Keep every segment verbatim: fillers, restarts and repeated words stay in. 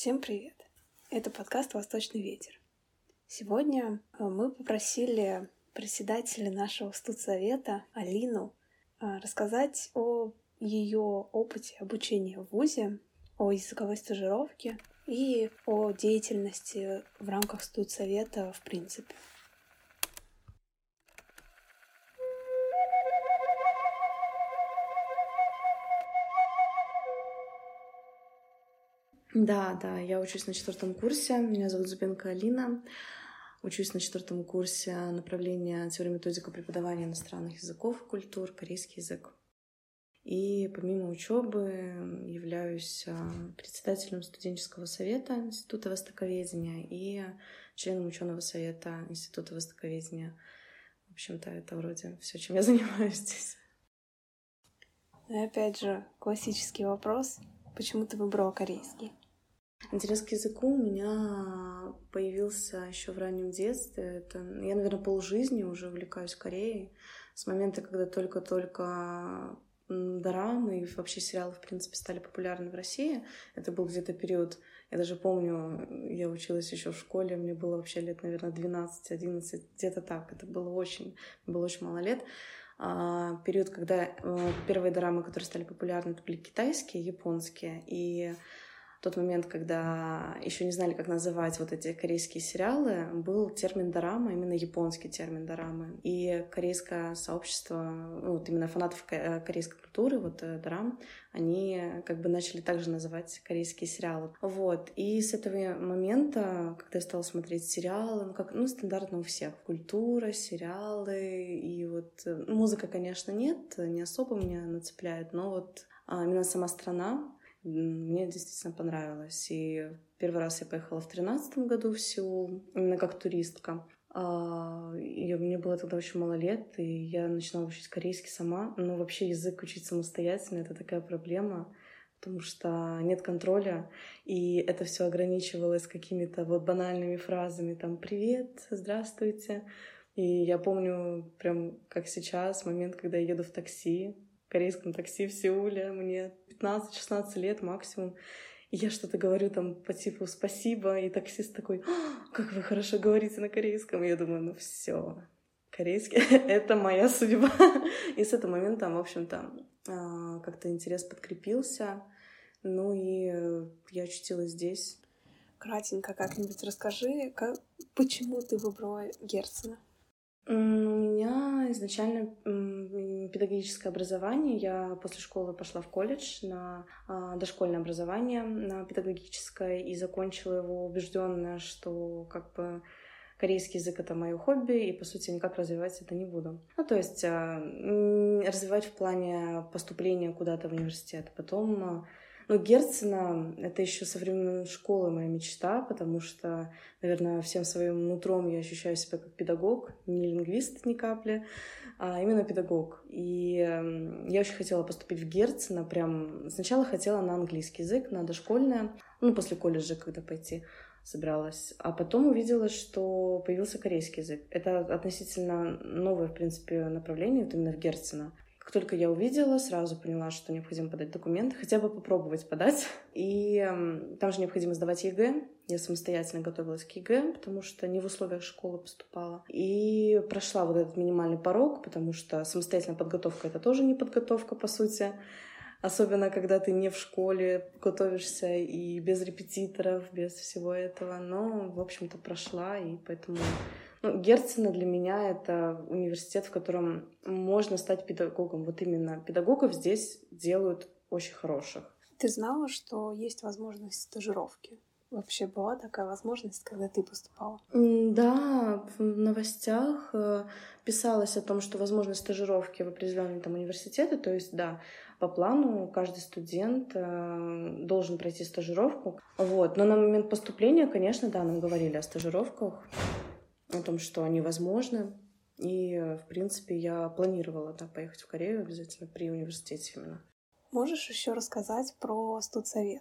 Всем привет! Это подкаст «Восточный ветер». Сегодня мы попросили председателя нашего студсовета Алину рассказать о ее опыте обучения в вузе, о языковой стажировке и о деятельности в рамках студсовета в принципе. Да, да, я учусь на четвертом курсе. Меня зовут Зубенко Алина. Учусь на четвертом курсе направления теория методика преподавания иностранных языков и культур, корейский язык. И помимо учебы являюсь председателем студенческого совета Института востоковедения и членом ученого совета Института востоковедения. В общем-то, это вроде все, чем я занимаюсь здесь. И опять же, классический вопрос: почему ты выбрала корейский? Интерес к языку у меня появился еще в раннем детстве. Это, я, наверное, полжизни уже увлекаюсь Кореей. С момента, когда только-только дорамы и вообще сериалы, в принципе, стали популярны в России. Это был где-то период, я даже помню, я училась еще в школе, мне было вообще лет, наверное, двенадцать-одиннадцать, где-то так. Это было очень, было очень мало лет. А, период, когда первые дорамы, которые стали популярны, это были китайские, японские. И тот момент, когда еще не знали, как называть вот эти корейские сериалы, был термин дорама, именно японский термин дорамы. И корейское сообщество, ну, вот именно фанатов корейской культуры, вот дорам, они как бы начали также называть корейские сериалы. Вот. И с этого момента, когда я стала смотреть сериалы, ну, как, ну, стандартно у всех, культура, сериалы, и вот музыка, конечно, нет, не особо меня нацепляет, но вот а, именно сама страна мне действительно понравилось. И первый раз я поехала в тринадцатом году в Сеул, именно как туристка. И мне было тогда очень мало лет, и я начинала учить корейский сама. Но вообще язык учить самостоятельно — это такая проблема, потому что нет контроля, и это все ограничивалось какими-то вот банальными фразами, там «привет», «здравствуйте». И я помню прям как сейчас момент, когда я еду в такси, в корейском такси в Сеуле, мне пятнадцать-шестнадцать лет максимум, и я что-то говорю там по типу «спасибо», и таксист такой: «Как вы хорошо говорите на корейском». И я думаю, ну все, корейский — это моя судьба. И с этого момента, в общем-то, как-то интерес подкрепился, ну и я очутилась здесь. Кратенько как-нибудь расскажи, как, почему ты выбрала Герцена? У меня изначально педагогическое образование. Я после школы пошла в колледж на дошкольное образование, на педагогическое, и закончила его убежденная, что как бы корейский язык — это мое хобби, и, по сути, никак развивать это не буду. Ну, то есть развивать в плане поступления куда-то в университет. Потом, ну, Герцена — это еще со времен школы моя мечта, потому что, наверное, всем своим нутром я ощущаю себя как педагог, не лингвист ни капли, а именно педагог. И я очень хотела поступить в Герцена, прям сначала хотела на английский язык, на дошкольное, ну, после колледжа, когда пойти собиралась. А потом увидела, что появился корейский язык. Это относительно новое, в принципе, направление, вот именно в Герцена. Как только я увидела, сразу поняла, что необходимо подать документы, хотя бы попробовать подать. И э, там же необходимо сдавать ЕГЭ. Я самостоятельно готовилась к ЕГЭ, потому что не в условиях школы поступала. И прошла вот этот минимальный порог, потому что самостоятельная подготовка — это тоже не подготовка, по сути. Особенно, когда ты не в школе готовишься и без репетиторов, без всего этого. Но, в общем-то, прошла, и поэтому... Ну, Герцена для меня — это университет, в котором можно стать педагогом. Вот именно педагогов здесь делают очень хороших. Ты знала, что есть возможность стажировки? Вообще была такая возможность, когда ты поступала? Да, в новостях писалось о том, что возможны стажировки в определенные там университеты. То есть, да, по плану каждый студент должен пройти стажировку. Вот. Но на момент поступления, конечно, да, нам говорили о стажировках, о том, что они возможны. И, в принципе, я планировала, да, поехать в Корею обязательно при университете именно. Можешь еще рассказать про студсовет?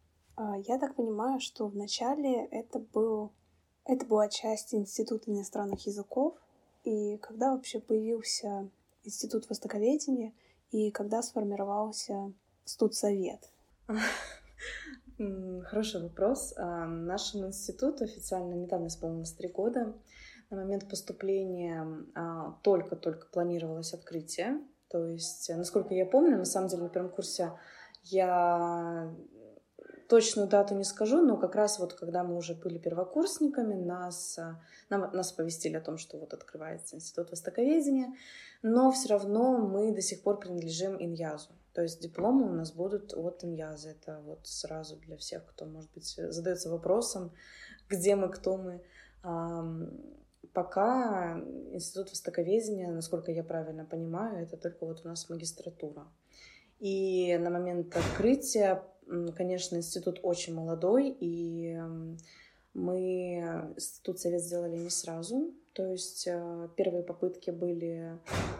Я так понимаю, что вначале это был, это была часть Института иностранных языков, и когда вообще появился Институт востоковедения, и когда сформировался студсовет? Хороший вопрос. Нашему институту официально недавно исполнилось три года. На момент поступления только-только планировалось открытие. То есть, насколько я помню, на самом деле на первом курсе я точную дату не скажу, но как раз вот когда мы уже были первокурсниками, нас, нам, нас оповестили о том, что вот открывается институт востоковедения, но все равно мы до сих пор принадлежим Иньязу. То есть дипломы у нас будут от Иньяза. Это вот сразу для всех, кто, может быть, задается вопросом, где мы, кто мы. Пока институт востоковедения, насколько я правильно понимаю, это только вот у нас магистратура. И на момент открытия, конечно, институт очень молодой, и мы институт совет сделали не сразу. То есть первые попытки были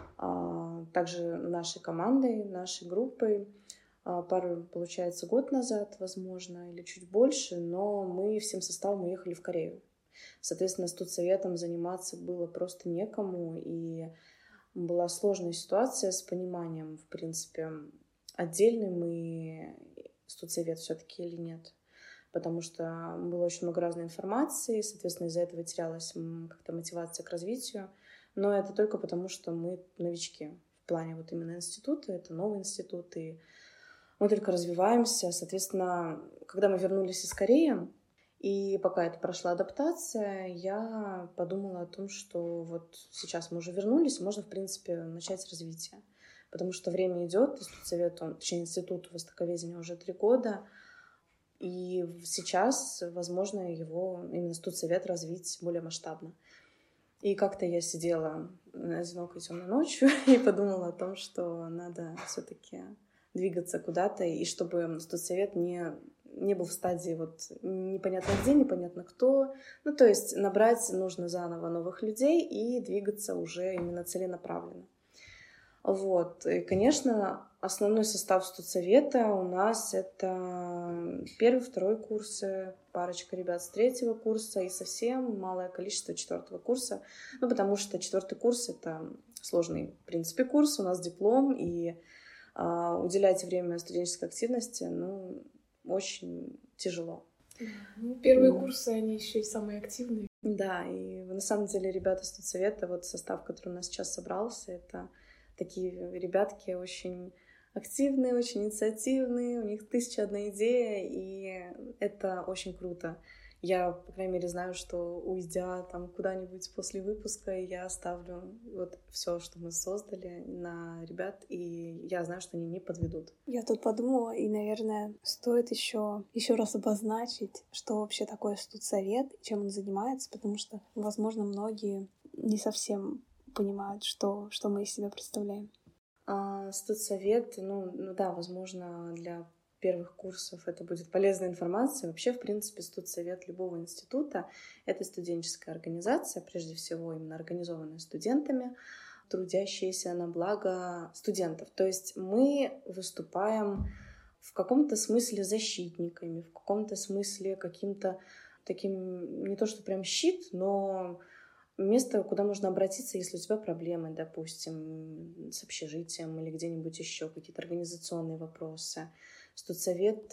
также нашей командой, нашей группой. Пару, получается, год назад, возможно, или чуть больше, но мы всем составом уехали в Корею. Соответственно, студсоветом заниматься было просто некому, и была сложная ситуация с пониманием, в принципе, отдельный мы студсовет все-таки или нет. Потому что было очень много разной информации, соответственно, из-за этого терялась как-то мотивация к развитию. Но это только потому, что мы новички в плане вот именно института, это новый институт, и мы только развиваемся. Соответственно, когда мы вернулись из Кореи, и пока это прошла адаптация, я подумала о том, что вот сейчас мы уже вернулись, можно, в принципе, начать развитие. Потому что время идет, студсовету, точнее, институту востоковедения уже три года, и сейчас, возможно, его, именно студсовет, развить более масштабно. И как-то я сидела одинокой темной ночью и подумала о том, что надо все-таки двигаться куда-то, и чтобы студсовет не, не был в стадии вот непонятно где, непонятно кто. Ну, то есть набрать нужно заново новых людей и двигаться уже именно целенаправленно. Вот. И, конечно, основной состав студсовета у нас это первый, второй курсы, парочка ребят с третьего курса и совсем малое количество четвертого курса. Ну, потому что четвертый курс — это сложный, в принципе, курс, у нас диплом, и а, уделять время студенческой активности, ну, очень тяжело. Ну, первые mm. курсы, они еще и самые активные. Да, и на самом деле ребята студсовета, вот состав, который у нас сейчас собрался, это такие ребятки очень активные, очень инициативные, у них тысяча одна идея, и это очень круто. Я, по крайней мере, знаю, что уйдя там куда-нибудь после выпуска, я оставлю вот все, что мы создали, на ребят, и я знаю, что они не подведут. Я тут подумала, и, наверное, стоит еще еще раз обозначить, что вообще такое студсовет, чем он занимается, потому что, возможно, многие не совсем понимают, что, что мы из себя представляем. А, студсовет, ну, ну да, возможно, для первых курсов это будет полезная информация. Вообще, в принципе, студсовет любого института — это студенческая организация, прежде всего именно организованная студентами, трудящаяся на благо студентов. То есть мы выступаем в каком-то смысле защитниками, в каком-то смысле каким-то таким, не то что прям щит, но место, куда можно обратиться, если у тебя проблемы, допустим, с общежитием или где-нибудь еще, какие-то организационные вопросы. Студсовет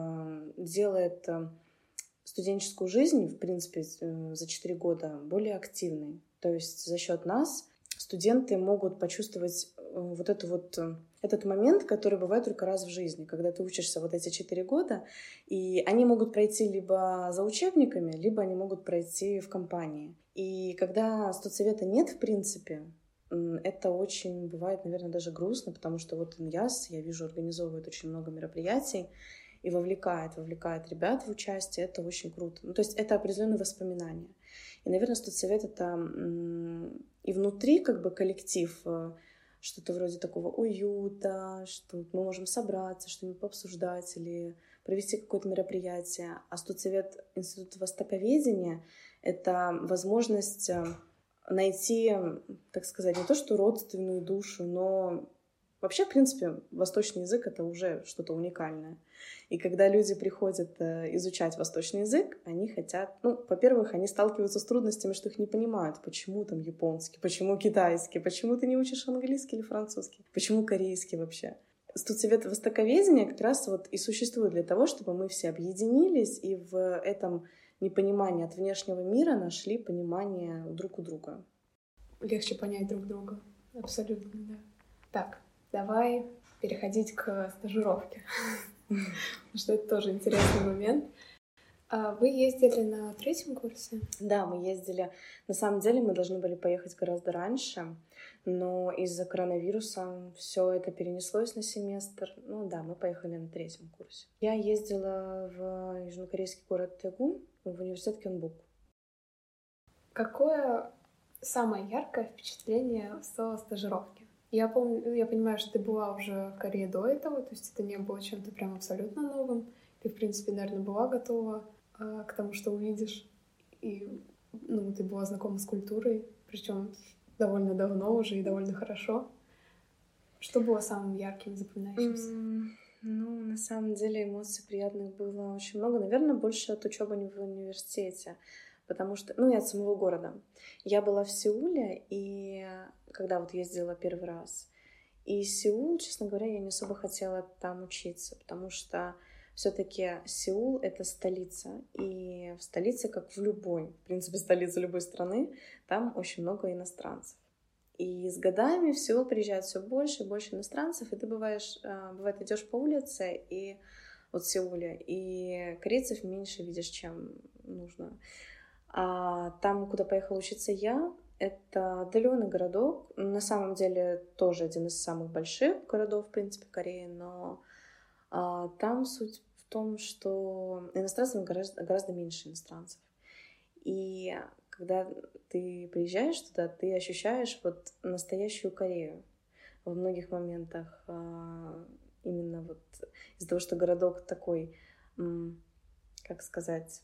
делает студенческую жизнь, в принципе, за четыре года более активной. То есть за счет нас студенты могут почувствовать вот, это вот этот момент, который бывает только раз в жизни, когда ты учишься вот эти четыре года, и они могут пройти либо за учебниками, либо они могут пройти в компании. И когда студсовета нет, в принципе, это очень бывает, наверное, даже грустно, потому что вот Иньяз, я вижу, организовывает очень много мероприятий и вовлекает, вовлекает ребят в участие. Это очень круто. Ну, то есть это определенные воспоминания. И, наверное, студсовет — это и внутри как бы коллектив, что-то вроде такого уюта, что мы можем собраться, что-нибудь пообсуждать или провести какое-то мероприятие. А студсовет Института востоковедения — это возможность найти, так сказать, не то что родственную душу, но вообще, в принципе, восточный язык — это уже что-то уникальное. И когда люди приходят изучать восточный язык, они хотят... Ну, во-первых, они сталкиваются с трудностями, что их не понимают. Почему там японский, почему китайский, почему ты не учишь английский или французский, почему корейский вообще. Студсовет востоковедения как раз вот и существует для того, чтобы мы все объединились и в этом непонимании от внешнего мира нашли понимание друг у друга. Легче понять друг друга. Абсолютно, да. Так, давай переходить к стажировке. Потому что это тоже интересный момент. Вы ездили на третьем курсе? Да, мы ездили. На самом деле мы должны были поехать гораздо раньше, но из-за коронавируса все это перенеслось на семестр. Ну да, мы поехали на третьем курсе. Я ездила в южнокорейский город Тэгу, в университет Кёнбук. Какое самое яркое впечатление со стажировки? Я помню, я понимаю, что ты была уже в Корее до этого, то есть это не было чем-то прям абсолютно новым. Ты, в принципе, наверное, была готова э, к тому, что увидишь. И ну, ты была знакома с культурой, причем довольно давно уже и довольно хорошо. Что было самым ярким, запоминающимся? Mm, ну, на самом деле эмоций приятных было очень много. Наверное, больше от учебы в университете. Потому что, ну, и от самого города. Я была в Сеуле, и когда вот ездила первый раз. И Сеул, честно говоря, я не особо хотела там учиться, потому что все-таки Сеул — это столица. И в столице, как в любой, в принципе, столице любой страны, там очень много иностранцев. И с годами в Сеул приезжает все больше и больше иностранцев, и ты бываешь, бывает, идешь по улице, и вот в Сеуле, и корейцев меньше видишь, чем нужно. А там, куда поехала учиться я, это отдаленный городок. На самом деле тоже один из самых больших городов, в принципе, Кореи, но а, там суть в том, что иностранцев гораздо, гораздо меньше иностранцев. И когда ты приезжаешь туда, ты ощущаешь вот настоящую Корею во многих моментах. А, именно вот из-за того, что городок такой, как сказать,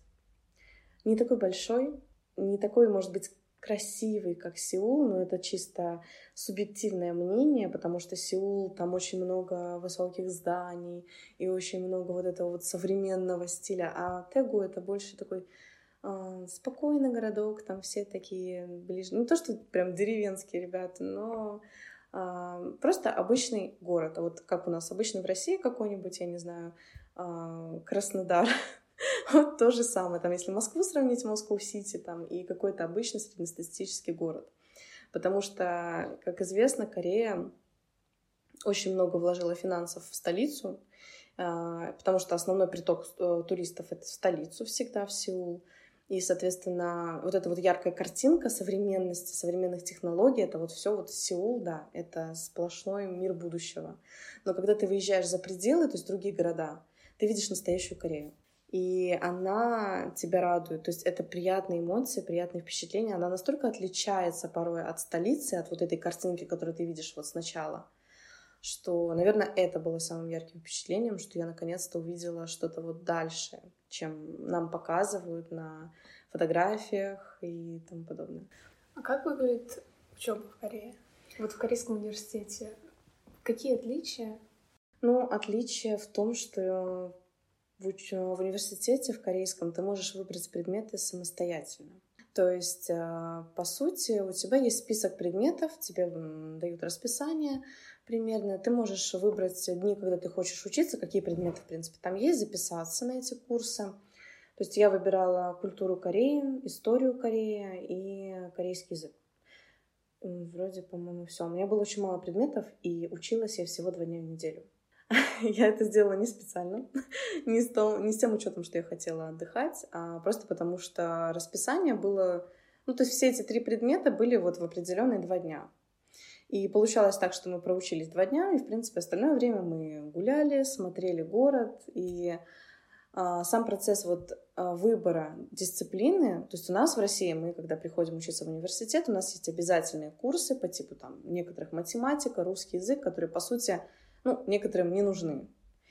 не такой большой, не такой, может быть, красивый, как Сеул, но это чисто субъективное мнение, потому что Сеул, там очень много высоких зданий и очень много вот этого вот современного стиля, а Тэгу — это больше такой э, спокойный городок, там все такие ближе, не то что прям деревенские ребята, но э, просто обычный город, а вот как у нас обычно в России какой-нибудь, я не знаю, э, Краснодар. Вот то же самое. Там, если Москву сравнить, Москву-Сити, там, и какой-то обычный среднестатистический город. Потому что, как известно, Корея очень много вложила финансов в столицу, потому что основной приток туристов — это в столицу всегда, в Сеул. И, соответственно, вот эта вот яркая картинка современности, современных технологий, это вот все вот Сеул, да, это сплошной мир будущего. Но когда ты выезжаешь за пределы, то есть другие города, ты видишь настоящую Корею. И она тебя радует. То есть это приятные эмоции, приятные впечатления. Она настолько отличается порой от столицы, от вот этой картинки, которую ты видишь вот сначала, что, наверное, это было самым ярким впечатлением, что я наконец-то увидела что-то вот дальше, чем нам показывают на фотографиях и тому подобное. А как выглядит учеба в Корее? Вот в Корейском университете какие отличия? Ну, отличие в том, что В, уч... в университете, в корейском, ты можешь выбрать предметы самостоятельно. То есть, по сути, у тебя есть список предметов, тебе дают расписание примерно. Ты можешь выбрать дни, когда ты хочешь учиться, какие предметы, в принципе, там есть, записаться на эти курсы. То есть я выбирала культуру Кореи, историю Кореи и корейский язык. Вроде, по-моему, все. У меня было очень мало предметов, и училась я всего два дня в неделю. Я это сделала не специально, не с, том, не с тем учетом, что я хотела отдыхать, а просто потому что расписание было... Ну, то есть все эти три предмета были вот в определенные два дня. И получалось так, что мы проучились два дня, и, в принципе, остальное время мы гуляли, смотрели город, и а, сам процесс вот а, выбора дисциплины, то есть у нас в России, мы, когда приходим учиться в университет, у нас есть обязательные курсы по типу там некоторых математика, русский язык, которые, по сути, ну, некоторым не нужны.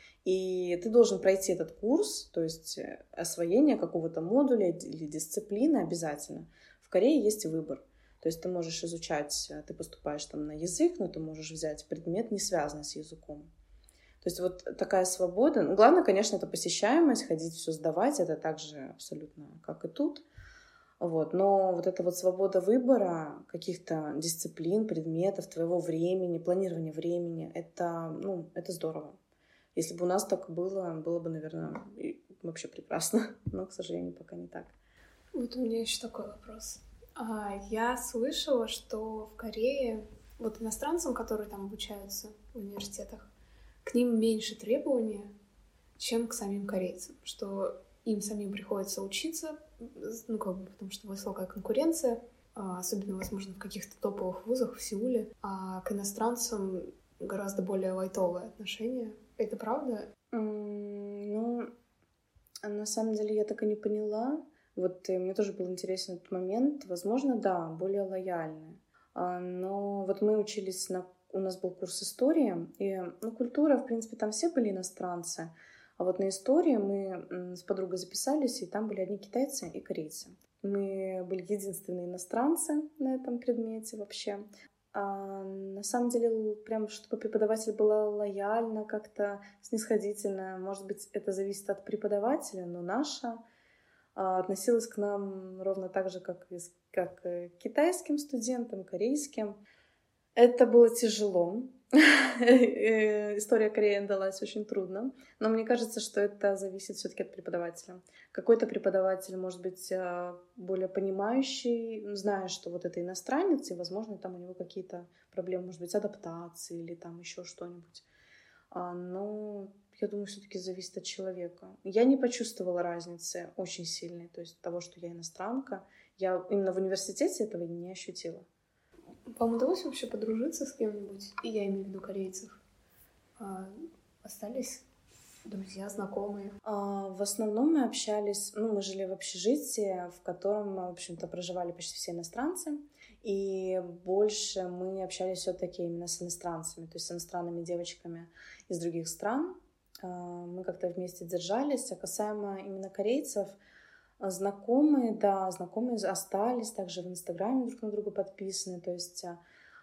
И ты должен пройти этот курс, то есть освоение какого-то модуля или дисциплины обязательно. В Корее есть выбор. То есть ты можешь изучать, ты поступаешь там на язык, но ты можешь взять предмет, не связанный с языком. То есть вот такая свобода. Ну, главное, конечно, это посещаемость, ходить все сдавать. Это так же абсолютно, как и тут. Вот. Но вот эта вот свобода выбора каких-то дисциплин, предметов, твоего времени, планирования времени, это, ну, это здорово. Если бы у нас так было, было бы, наверное, вообще прекрасно. Но, к сожалению, пока не так. Вот у меня еще такой вопрос. А, я слышала, что в Корее вот иностранцам, которые там обучаются в университетах, к ним меньше требований, чем к самим корейцам. Что им самим приходится учиться, ну, как бы, потому что высокая конкуренция, особенно, возможно, в каких-то топовых вузах в Сеуле, а к иностранцам гораздо более лайтовое отношение. Это правда? Mm, ну, на самом деле я так и не поняла. Вот и мне тоже был интересен этот момент. Возможно, да, более лояльны. А, но вот мы учились на... У нас был курс истории, и, ну, культура, в принципе, там все были иностранцы. А вот на истории мы с подругой записались, и там были одни китайцы и корейцы. Мы были единственные иностранцы на этом предмете вообще. А на самом деле, прям чтобы преподаватель была лояльна, как-то снисходительна, может быть, это зависит от преподавателя, но наша а, относилась к нам ровно так же, как и как к китайским студентам, корейским. Это было тяжело. История Кореи далась очень трудно. Но мне кажется, что это зависит все-таки от преподавателя. Какой-то преподаватель может быть более понимающий, зная, что вот это иностранец, и, возможно, там у него какие-то проблемы, может быть, адаптации или там еще что-нибудь. Но я думаю, все-таки зависит от человека. Я не почувствовала разницы очень сильной, то есть того, что я иностранка. Я именно в университете этого не ощутила. Вам удалось вообще подружиться с кем-нибудь? И я имею в виду корейцев. А, остались друзья, знакомые? А, в основном мы общались, ну, мы жили в общежитии, в котором, в общем-то, проживали почти все иностранцы. И больше мы общались все-таки именно с иностранцами, то есть с иностранными девочками из других стран. А, мы как-то вместе держались. А касаемо именно корейцев, знакомые, да, знакомые остались, также в Инстаграме друг на друга подписаны, то есть э,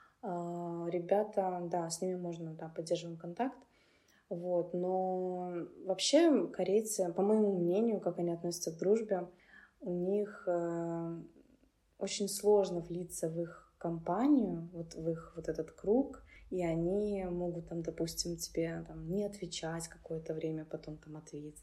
ребята, да, с ними можно, да, поддерживаем контакт, вот, но вообще корейцы, по моему мнению, как они относятся к дружбе, у них э, очень сложно влиться в их компанию, вот в их вот этот круг, и они могут там, допустим, тебе там не отвечать какое-то время, потом там ответить.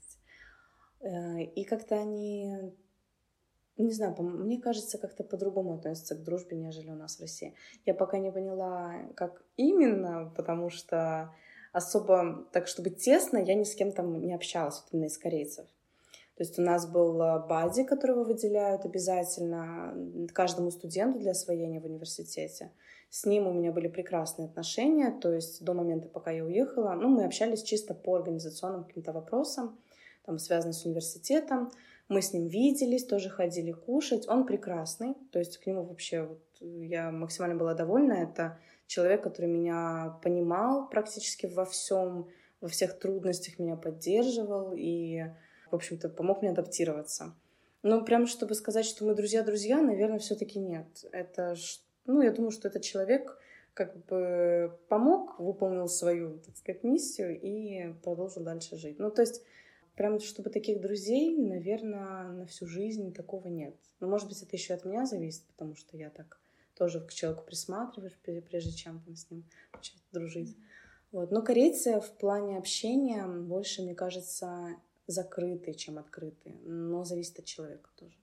И как-то они, не знаю, мне кажется, как-то по-другому относятся к дружбе, нежели у нас в России. Я пока не поняла, как именно, потому что особо, так чтобы тесно, я ни с кем там не общалась, вот именно из корейцев. То есть у нас был бадди, которого выделяют обязательно каждому студенту для освоения в университете. С ним у меня были прекрасные отношения, то есть до момента, пока я уехала, ну, мы общались чисто по организационным каким-то вопросам, там, связанный с университетом. Мы с ним виделись, тоже ходили кушать. Он прекрасный, то есть к нему вообще вот, я максимально была довольна. Это человек, который меня понимал практически во всем, во всех трудностях меня поддерживал и, в общем-то, помог мне адаптироваться. Но прям, чтобы сказать, что мы друзья-друзья, наверное, все-таки нет. Это, ну, я думаю, что этот человек как бы помог, выполнил свою, так сказать, миссию и продолжил дальше жить. Ну, то есть прям, чтобы таких друзей, наверное, на всю жизнь такого нет. Но, может быть, это еще от меня зависит, потому что я так тоже к человеку присматриваюсь, прежде чем там с ним начать дружить. Вот. Но корейцы в плане общения больше, мне кажется, закрытые, чем открытые. Но зависит от человека тоже.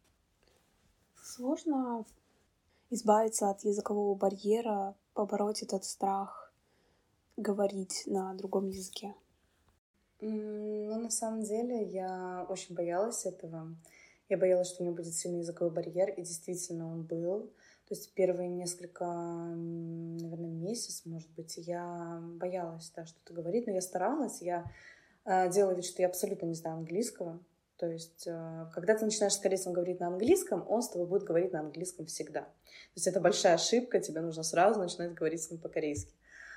Сложно избавиться от языкового барьера, побороть этот страх говорить на другом языке? Ну, на самом деле, я очень боялась этого. Я боялась, что у меня будет сильный языковой барьер, и действительно он был. То есть первые несколько, наверное, месяц, может быть, я боялась, да, что-то говорить, но я старалась, я э, делала вид, что я абсолютно не знаю английского. То есть, э, когда ты начинаешь с корейцем говорить на английском, он с тобой будет говорить на английском всегда. То есть это большая ошибка, тебе нужно сразу начинать говорить с ним по-корейски.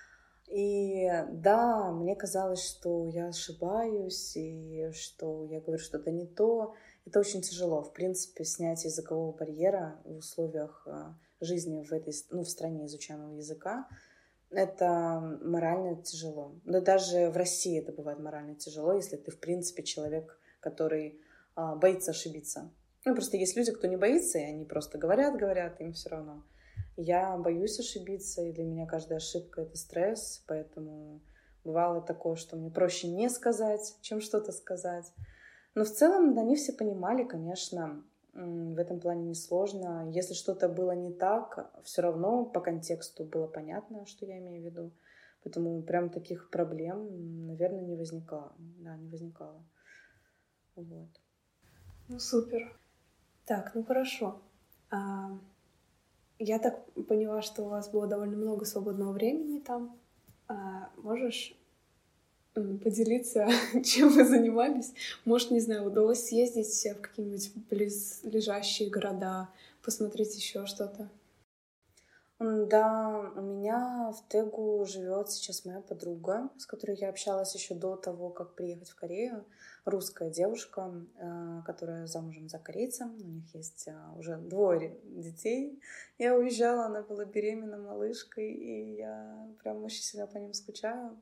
И да, мне казалось, что я ошибаюсь, и что я говорю что-то не то. Это очень тяжело, в принципе, снять языкового барьера в условиях жизни в этой, ну, в стране изучаемого языка. Это морально тяжело. Да даже в России это бывает морально тяжело, если ты, в принципе, человек, который боится ошибиться. Ну, просто есть люди, кто не боится, и они просто говорят, говорят, им все равно. Я боюсь ошибиться, и для меня каждая ошибка — это стресс, поэтому бывало такое, что мне проще не сказать, чем что-то сказать. Но в целом они все понимали, конечно, в этом плане несложно. Если что-то было не так, все равно по контексту было понятно, что я имею в виду. Поэтому прям таких проблем, наверное, не возникало. Да, не возникало. Вот. Ну, супер. Так, ну хорошо. А, я так поняла, что у вас было довольно много свободного времени там. А, можешь поделиться, чем вы занимались? Может, не знаю, удалось съездить в какие-нибудь близлежащие города, посмотреть еще что-то? Да, у меня в Тегу живет сейчас моя подруга, с которой я общалась еще до того, как приехать в Корею. Русская девушка, которая замужем за корейцем. У них есть уже двое детей. Я уезжала, она была беременна малышкой, и я прям очень сильно по ним скучаю.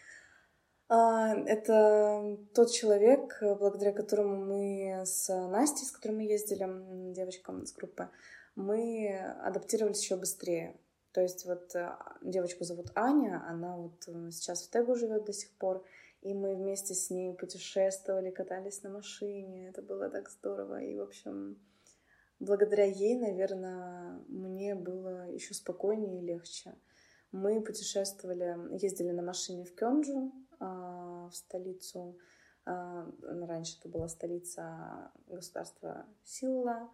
Это тот человек, благодаря которому мы с Настей, с которой мы ездили, девочкам с группы, мы адаптировались еще быстрее. То есть вот девочку зовут Аня, она вот сейчас в Тегу живет до сих пор, и мы вместе с ней путешествовали, катались на машине, это было так здорово. И, в общем, благодаря ей, наверное, мне было еще спокойнее и легче. Мы путешествовали, ездили на машине в Кёнджу, в столицу. Раньше это была столица государства Сеула.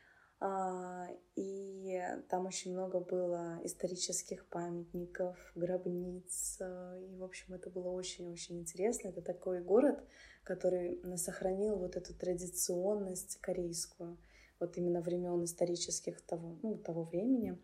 И там очень много было исторических памятников, гробниц. И, в общем, это было очень-очень интересно. Это такой город, который сохранил вот эту традиционность корейскую, вот именно времен исторических того, ну, того времени.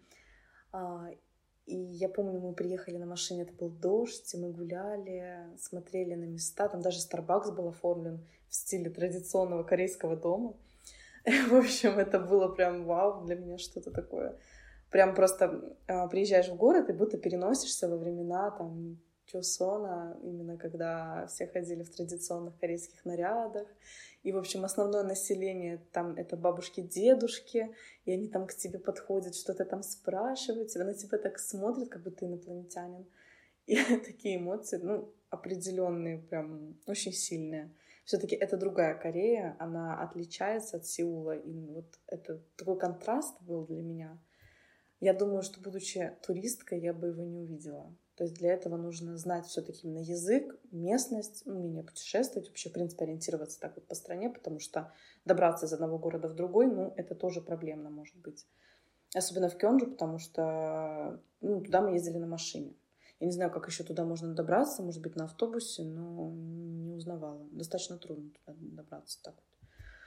И я помню, мы приехали на машине, это был дождь, и мы гуляли, смотрели на места. Там даже Starbucks был оформлен в стиле традиционного корейского дома. В общем, это было прям вау для меня, что-то такое. Прям просто э, приезжаешь в город и будто переносишься во времена там Чосона, именно когда все ходили в традиционных корейских нарядах. И, в общем, основное население там — это бабушки-дедушки, и они там к тебе подходят, что-то там спрашивают, на тебя так смотрят, как будто инопланетянин. И такие эмоции, ну, определенные, прям очень сильные. Все-таки это другая Корея, она отличается от Сеула, и вот это такой контраст был для меня. Я думаю, что, будучи туристкой, я бы его не увидела. То есть для этого нужно знать все-таки именно язык, местность, умение путешествовать, вообще, в принципе, ориентироваться так вот по стране, потому что добраться из одного города в другой, ну, это тоже проблемно может быть. Особенно в Кёнджу, потому что ну, туда мы ездили на машине. Я не знаю, как еще туда можно добраться, может быть, на автобусе, но не узнавала. Достаточно трудно туда добраться. Так вот.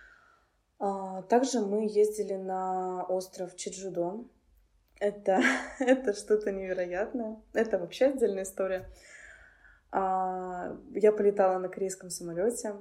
А, также мы ездили на остров Чеджудо. Это, это что-то невероятное. Это вообще отдельная история. А, я полетала на корейском самолете.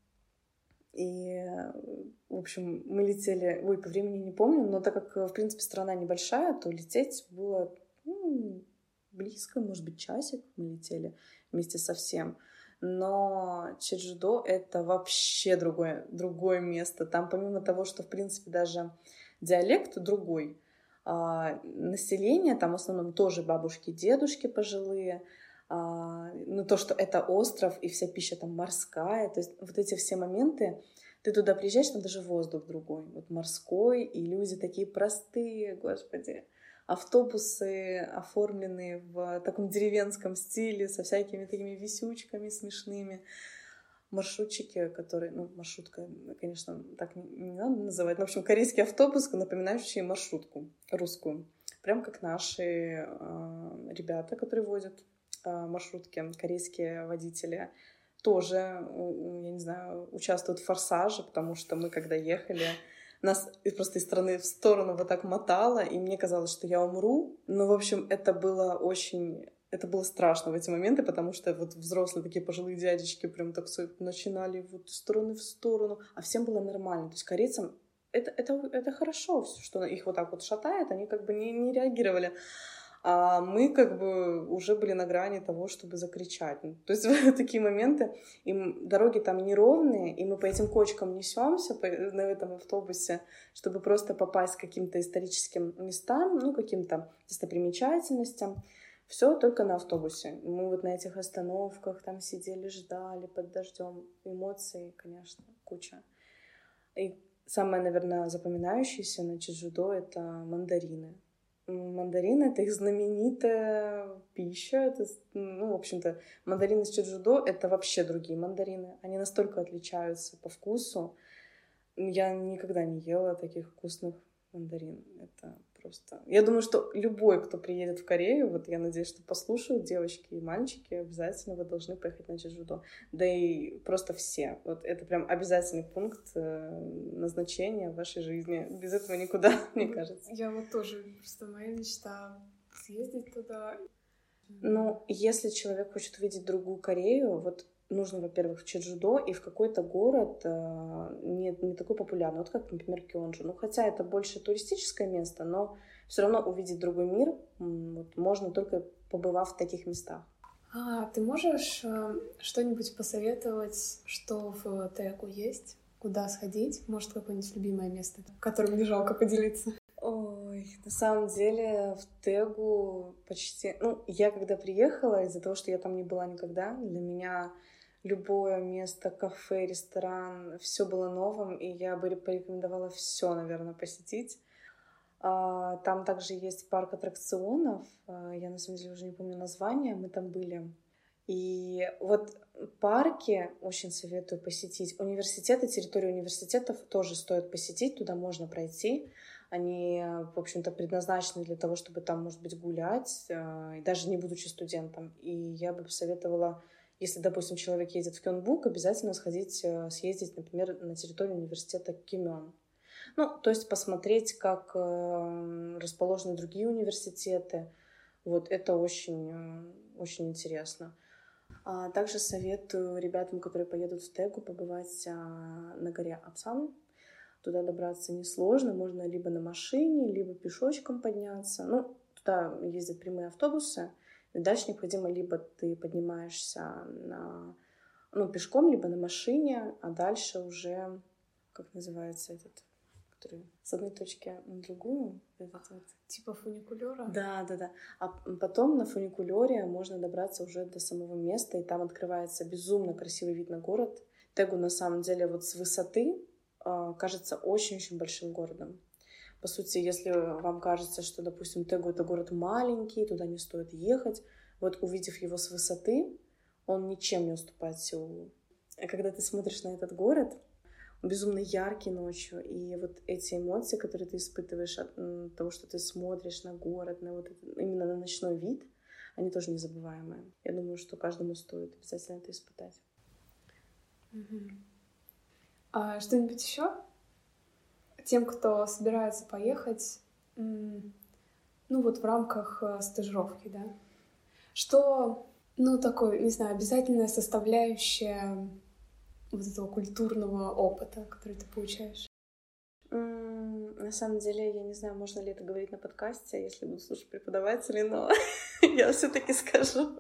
И, в общем, мы летели... Ой, по времени не помню, но так как, в принципе, страна небольшая, то лететь было ну, близко, может быть, часик мы летели вместе со всем. Но Чеджудо — это вообще другое, другое место. Там помимо того, что, в принципе, даже диалект другой, а, население там в основном тоже бабушки, дедушки пожилые, а, ну то, что это остров и вся пища там морская, то есть вот эти все моменты, ты туда приезжаешь, там даже воздух другой, вот морской, и люди такие простые, господи, автобусы оформленные в таком деревенском стиле со всякими такими висючками смешными. Маршрутчики, которые, ну, маршрутка, конечно, так не, не надо называть, но, в общем, корейский автобус, напоминающий маршрутку русскую. Прям как наши э, ребята, которые возят э, маршрутки, корейские водители, тоже, э, я не знаю, участвуют в форсаже, потому что мы, когда ехали, нас просто из стороны в сторону вот так мотало, и мне казалось, что я умру. Но, в общем, это было очень... Это было страшно в эти моменты, потому что вот взрослые такие пожилые дядечки прям так начинали вот из стороны в сторону, а всем было нормально. То есть корейцам это, это, это хорошо, что их вот так вот шатает, они как бы не, не реагировали. А мы как бы уже были на грани того, чтобы закричать. То есть в такие моменты, и дороги там неровные, и мы по этим кочкам несемся на этом автобусе, чтобы просто попасть к каким-то историческим местам, ну, каким-то достопримечательностям. Все только на автобусе. Мы вот на этих остановках там сидели, ждали под дождем. Эмоций, конечно, куча. И самое, наверное, запоминающееся на Чеджудо — это мандарины. Мандарины — это их знаменитая пища. Это, ну, в общем-то, мандарины с Чеджудо — это вообще другие мандарины. Они настолько отличаются по вкусу. Я никогда не ела таких вкусных мандарин. Это просто... Я думаю, что любой, кто приедет в Корею, вот я надеюсь, что послушают девочки и мальчики, обязательно вы должны поехать на Чеджудо. Да и просто все. Вот это прям обязательный пункт назначения в вашей жизни. Без этого никуда, мне кажется. Я вот тоже, просто моя мечта съездить туда. Ну, если человек хочет увидеть другую Корею, вот нужно, во-первых, в Чеджудо и в какой-то город э, не, не такой популярный, вот как, например, Кёнджу. Ну, хотя это больше туристическое место, но все равно увидеть другой мир вот, можно только побывав в таких местах. А, ты можешь э, что-нибудь посоветовать, что в Тэгу есть? Куда сходить? Может, какое-нибудь любимое место, которым не жалко поделиться? Ой, на самом деле в Тэгу почти... Ну, я когда приехала, из-за того, что я там не была никогда, для меня любое место, кафе, ресторан, все было новым, и я бы порекомендовала все, наверное, посетить. Там также есть парк аттракционов, я на самом деле уже не помню название, мы там были. И вот парки очень советую посетить. Университеты, территорию университетов тоже стоит посетить, туда можно пройти. Они, в общем-то, предназначены для того, чтобы там, может быть, гулять, даже не будучи студентом. И я бы посоветовала, если, допустим, человек едет в Кёнбук, обязательно сходить, съездить, например, на территорию университета Кимён. Ну, то есть посмотреть, как расположены другие университеты. Вот это очень, очень интересно. А также советую ребятам, которые поедут в Тэгу, побывать на горе Апсан. Туда добраться несложно, можно либо на машине, либо пешочком подняться. Ну, туда ездят прямые автобусы, и дальше необходимо либо ты поднимаешься на, ну, пешком, либо на машине, а дальше уже, как называется этот, который с одной точки на другую. Этот вот. Типа фуникулера? Да, да, да. А потом на фуникулере можно добраться уже до самого места, и там открывается безумно красивый вид на город. Тэгу на самом деле вот с высоты кажется очень-очень большим городом. По сути, если вам кажется, что, допустим, Тэгу — это город маленький, туда не стоит ехать, вот увидев его с высоты, он ничем не уступает Сеулу. А когда ты смотришь на этот город, он безумно яркий ночью, и вот эти эмоции, которые ты испытываешь от того, что ты смотришь на город, на вот это, именно на ночной вид, они тоже незабываемые. Я думаю, что каждому стоит обязательно это испытать. Mm-hmm. А что-нибудь еще? Тем, кто собирается поехать, ну вот в рамках стажировки, да? Что, ну, такое, не знаю, обязательная составляющая вот этого культурного опыта, который ты получаешь? Mm, на самом деле, я не знаю, можно ли это говорить на подкасте, если будут слушать преподаватели, но я все-таки скажу.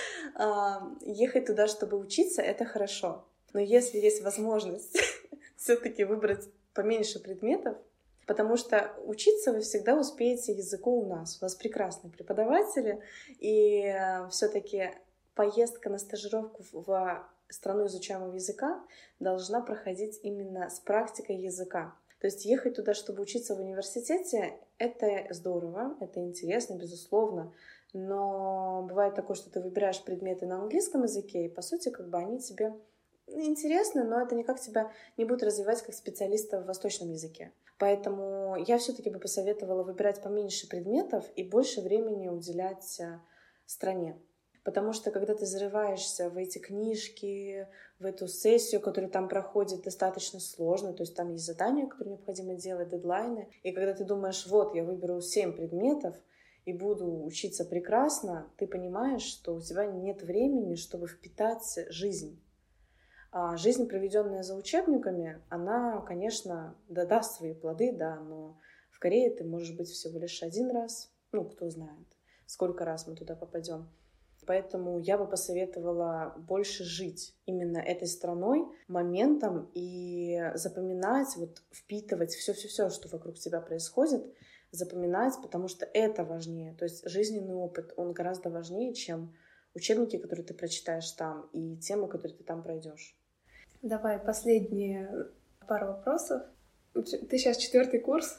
Ехать туда, чтобы учиться, это хорошо. Но если есть возможность все-таки выбрать поменьше предметов, потому что учиться вы всегда успеете языку у нас. У нас прекрасные преподаватели, и все-таки поездка на стажировку в страну изучаемого языка должна проходить именно с практикой языка. То есть ехать туда, чтобы учиться в университете, это здорово, это интересно, безусловно, но бывает такое, что ты выбираешь предметы на английском языке, и, по сути, как бы они тебе интересно, но это никак тебя не будет развивать как специалиста в восточном языке. Поэтому я все-таки бы посоветовала выбирать поменьше предметов и больше времени уделять стране. Потому что когда ты зарываешься в эти книжки, в эту сессию, которая там проходит достаточно сложно, то есть там есть задания, которые необходимо делать, дедлайны, и когда ты думаешь, вот, я выберу семь предметов и буду учиться прекрасно, ты понимаешь, что у тебя нет времени, чтобы впитать жизнь. А жизнь, проведенная за учебниками, она, конечно, да, даст свои плоды, да, но в Корее ты можешь быть всего лишь один раз, ну, кто знает. сколько раз мы туда попадем. Поэтому я бы посоветовала больше жить именно этой страной, моментом и запоминать, вот впитывать все-все-все, что вокруг тебя происходит, запоминать, потому что это важнее. То есть жизненный опыт, он гораздо важнее, чем учебники, которые ты прочитаешь там, и темы, которые ты там пройдешь. Давай последние пару вопросов. Ты сейчас четвертый курс.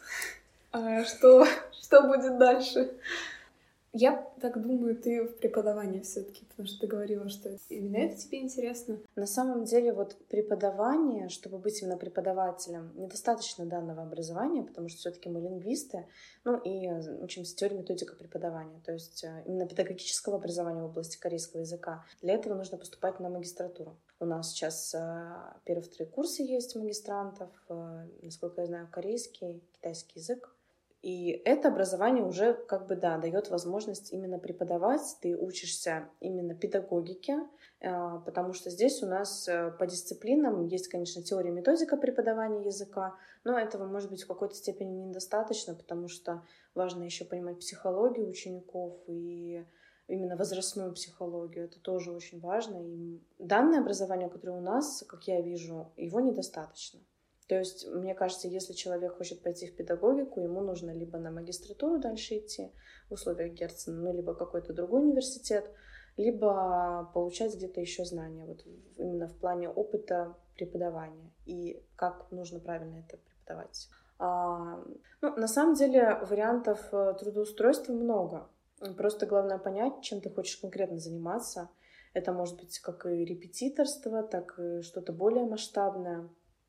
А что, что будет дальше? Я так думаю, ты в преподавании все-таки, потому что ты говорила, что именно это тебе интересно. На самом деле, вот преподавание, чтобы быть именно преподавателем, недостаточно данного образования, потому что все-таки мы лингвисты, ну и учимся теории методика преподавания, то есть именно педагогического образования в области корейского языка. Для этого нужно поступать на магистратуру. У нас сейчас первые-вторые курсы есть магистрантов, насколько я знаю, корейский, китайский язык. И это образование уже, как бы, да, дает возможность именно преподавать. Ты учишься именно педагогике, потому что здесь у нас по дисциплинам есть, конечно, теория и методика преподавания языка, но этого может быть в какой-то степени недостаточно, потому что важно еще понимать психологию учеников и именно возрастную психологию. Это тоже очень важно. И данное образование, которое у нас, как я вижу, его недостаточно. То есть, мне кажется, если человек хочет пойти в педагогику, ему нужно либо на магистратуру дальше идти в условиях Герцена, ну, либо какой-то другой университет, либо получать где-то еще знания, вот именно в плане опыта преподавания и как нужно правильно это преподавать. А, ну, на самом деле вариантов трудоустройства много. Просто главное понять, чем ты хочешь конкретно заниматься. Это может быть как и репетиторство, так и что-то более масштабное.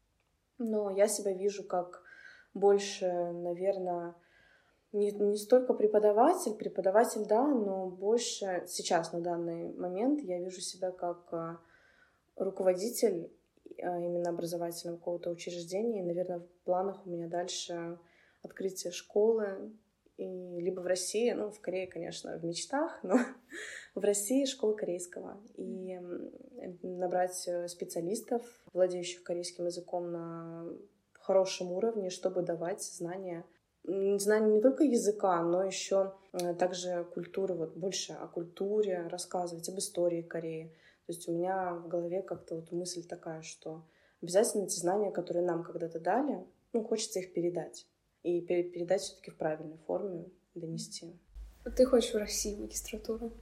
Но я себя вижу как больше, наверное, не, не столько преподаватель, преподаватель, да, но больше сейчас, на данный момент, я вижу себя как руководитель именно образовательного какого-то учреждения. И, наверное, в планах у меня дальше открытие школы, и либо в России, ну, в Корее, конечно, в мечтах, но в России школа корейского. И набрать специалистов, владеющих корейским языком на хорошем уровне, чтобы давать знания, знания не только языка, но еще также культуры, вот больше о культуре, рассказывать об истории Кореи. То есть у меня в голове как-то вот мысль такая, что обязательно эти знания, которые нам когда-то дали, ну, хочется их передать. И передать все-таки в правильной форме, донести. Ты хочешь в России магистратуру?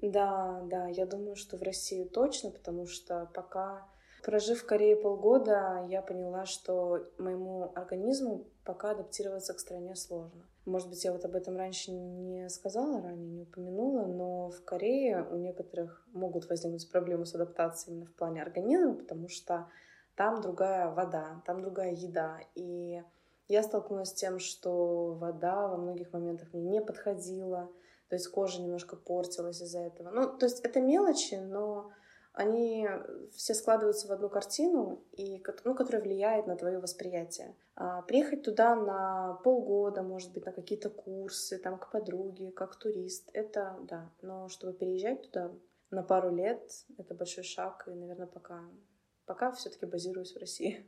Да, да, я думаю, что в Россию точно, потому что пока, прожив в Корее полгода, я поняла, что моему организму пока адаптироваться к стране сложно. Может быть, я вот об этом раньше не сказала, ранее не упомянула, но в Корее у некоторых могут возникнуть проблемы с адаптацией именно в плане организма, потому что там другая вода, там другая еда, и я столкнулась с тем, что вода во многих моментах мне не подходила, то есть кожа немножко портилась из-за этого. Ну, то есть это мелочи, но они все складываются в одну картину, и, ну, которая влияет на твое восприятие. А приехать туда на полгода, может быть, на какие-то курсы, там, к подруге, как турист, это да. Но чтобы переезжать туда на пару лет, это большой шаг, и, наверное, пока, пока все-таки базируюсь в России.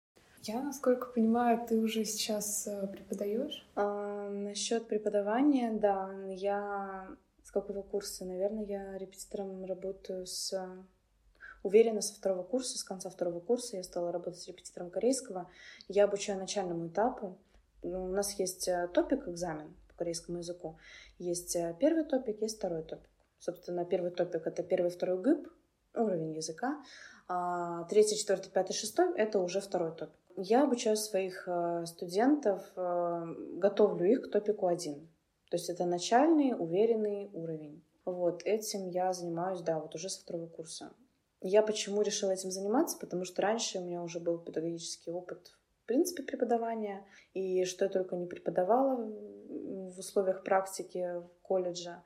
Я, насколько понимаю, ты уже сейчас преподаешь? А, насчет преподавания, да, я с какого курса? Наверное, я репетитором работаю с... Уверена, со второго курса, с конца второго курса я стала работать с репетитором корейского. Я обучаю начальному этапу. У нас есть топик, экзамен по корейскому языку. Есть первый топик, есть второй топик. Собственно, первый топик — это первый, второй ГИП, уровень языка. А третий, четвертый, пятый, шестой — это уже второй топик. Я обучаю своих студентов, готовлю их к топику один. То есть это начальный, уверенный уровень. Вот этим я занимаюсь, да, вот уже со второго курса. Я почему решила этим заниматься? Потому что раньше у меня уже был педагогический опыт, в принципе, преподавания. И что я только не преподавала в условиях практики колледжа.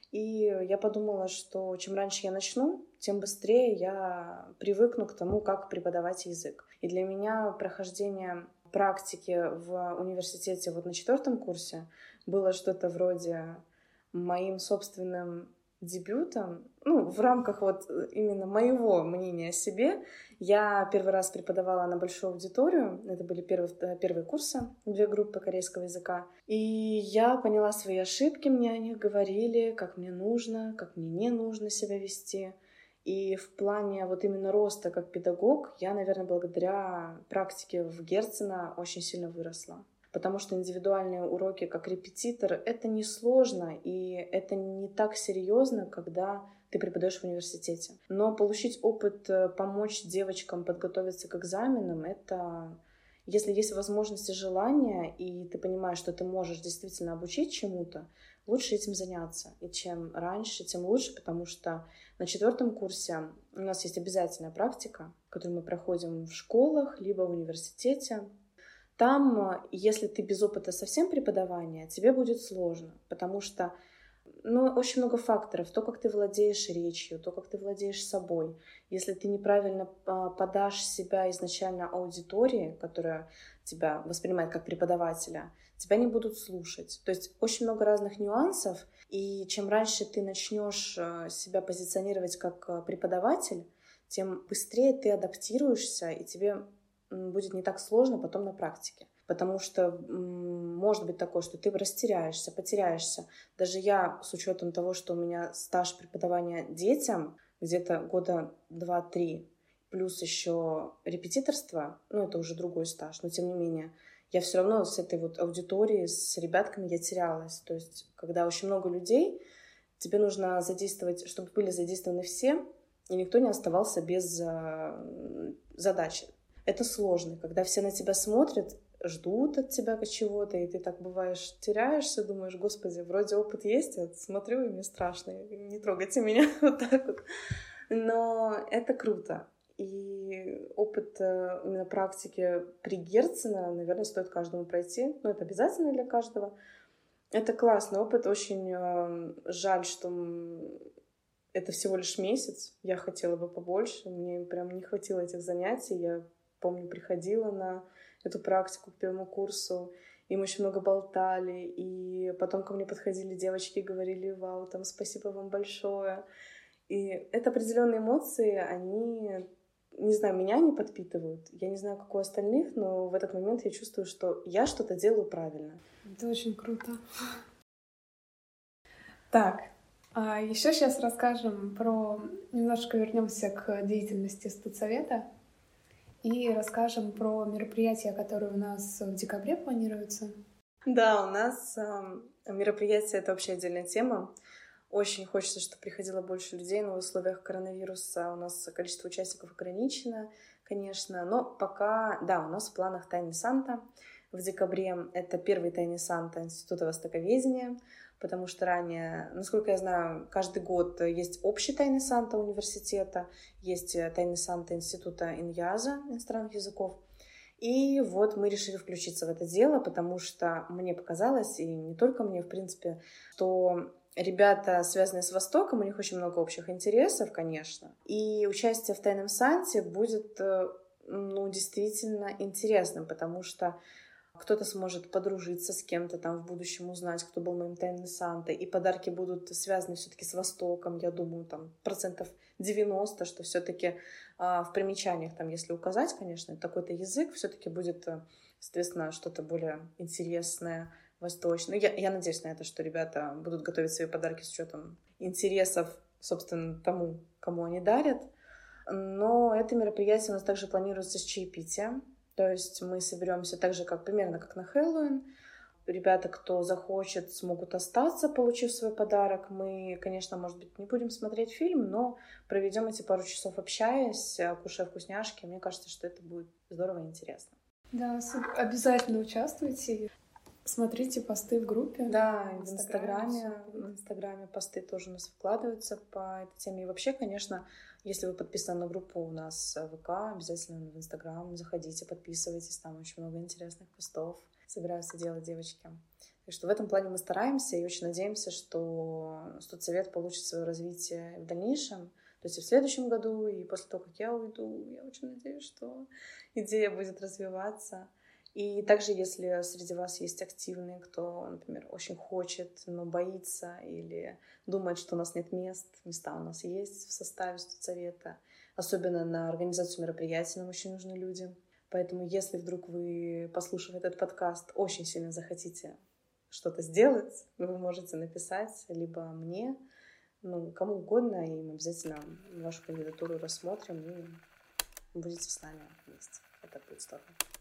И я подумала, что чем раньше я начну, тем быстрее я привыкну к тому, как преподавать язык. И для меня прохождение практики в университете вот на четвертом курсе было что-то вроде моим собственным дебютом, ну, в рамках вот именно моего мнения о себе, я первый раз преподавала на большую аудиторию. Это были первые, первые курсы, две группы корейского языка. И я поняла свои ошибки, мне о них говорили, как мне нужно, как мне не нужно себя вести. И в плане вот именно роста как педагог я, наверное, благодаря практике в Герцена очень сильно выросла. Потому что индивидуальные уроки как репетитор — это несложно, и это не так серьезно, когда ты преподаешь в университете. Но получить опыт, помочь девочкам подготовиться к экзаменам — это, если есть возможность и желание, и ты понимаешь, что ты можешь действительно обучить чему-то, лучше этим заняться. И чем раньше, тем лучше, потому что на четвертом курсе у нас есть обязательная практика, которую мы проходим в школах, либо в университете. Там, если ты без опыта совсем преподавания, тебе будет сложно, потому что ну, очень много факторов. То, как ты владеешь речью, то, как ты владеешь собой. Если ты неправильно подашь себя изначально аудитории, которая тебя воспринимает как преподавателя, тебя не будут слушать. То есть очень много разных нюансов, и чем раньше ты начнешь себя позиционировать как преподаватель, тем быстрее ты адаптируешься, и тебе будет не так сложно потом на практике. Потому что м, может быть такое, что ты растеряешься, потеряешься. Даже я, с учетом того, что у меня стаж преподавания детям где-то года два-три, плюс еще репетиторство, ну это уже другой стаж, но тем не менее, я все равно с этой вот аудиторией, с ребятками я терялась. То есть, когда очень много людей, тебе нужно задействовать, чтобы были задействованы все, и никто не оставался без э, задачи. Это сложно, когда все на тебя смотрят, ждут от тебя чего-то, и ты так бываешь, теряешься, думаешь, господи, вроде опыт есть, а смотрю, и мне страшно, не трогайте меня, вот так вот. Но это круто. И опыт именно практики при Герцена, наверное, стоит каждому пройти. Но это обязательно для каждого. Это классный опыт. Очень жаль, что это всего лишь месяц. Я хотела бы побольше. Мне прям не хватило этих занятий. Я помню, приходила на эту практику к первому курсу, и мы очень много болтали, и потом ко мне подходили девочки и говорили: вау, там, спасибо вам большое. И это определенные эмоции, они, не знаю, меня не подпитывают. Я не знаю, как у остальных, но в этот момент я чувствую, что я что-то делаю правильно. Это очень круто. Так, а еще сейчас расскажем про... Немножко вернемся к деятельности студсовета. И расскажем про мероприятия, которые у нас в декабре планируются. Да, у нас э, мероприятие — это вообще отдельная тема. Очень хочется, чтобы приходило больше людей, но в условиях коронавируса у нас количество участников ограничено, конечно. Но пока, да, у нас в планах Тайный Санта. В декабре это первый Тайный Санта Института Востоковедения, потому что ранее, насколько я знаю, каждый год есть общий Тайный Санта университета, есть Тайный Санта Института Иньяза, иностранных языков. И вот мы решили включиться в это дело, потому что мне показалось, и не только мне, в принципе, что ребята, связанные с Востоком, у них очень много общих интересов, конечно. И участие в Тайном Санте будет, ну, действительно интересным, потому что кто-то сможет подружиться с кем-то там в будущем, узнать, кто был моим Тайным Сантой. И подарки будут связаны все-таки с Востоком. Я думаю, там процентов девяносто, что все-таки а, в примечаниях, там, если указать, конечно, такой-то язык, все-таки будет, соответственно, что-то более интересное, восточное. Я, я надеюсь на это, что ребята будут готовить свои подарки с учетом интересов, собственно, тому, кому они дарят. Но это мероприятие у нас также планируется с чаепитием. То есть мы соберемся так же, как примерно как на Хэллоуин. Ребята, кто захочет, смогут остаться, получив свой подарок. Мы, конечно, может быть, не будем смотреть фильм, но проведем эти пару часов, общаясь, кушая вкусняшки. Мне кажется, что это будет здорово и интересно. Да, обязательно участвуйте. Смотрите посты в группе. Да, в Инстаграме. В Инстаграме посты тоже у нас выкладываются по этой теме. И вообще, конечно, если вы подписаны на группу у нас в ВК, обязательно в Инстаграм заходите, подписывайтесь. Там очень много интересных постов собираются делать девочки. Так что в этом плане мы стараемся и очень надеемся, что студсовет получит свое развитие в дальнейшем. То есть и в следующем году, и после того, как я уйду, я очень надеюсь, что идея будет развиваться. И также, если среди вас есть активные, кто, например, очень хочет, но боится или думает, что у нас нет мест, места у нас есть в составе студсовета, особенно на организацию мероприятий нам очень нужны люди. Поэтому, если вдруг вы, послушав этот подкаст, очень сильно захотите что-то сделать, вы можете написать либо мне, ну, кому угодно, и мы обязательно вашу кандидатуру рассмотрим и будете с нами вместе. Это будет здорово.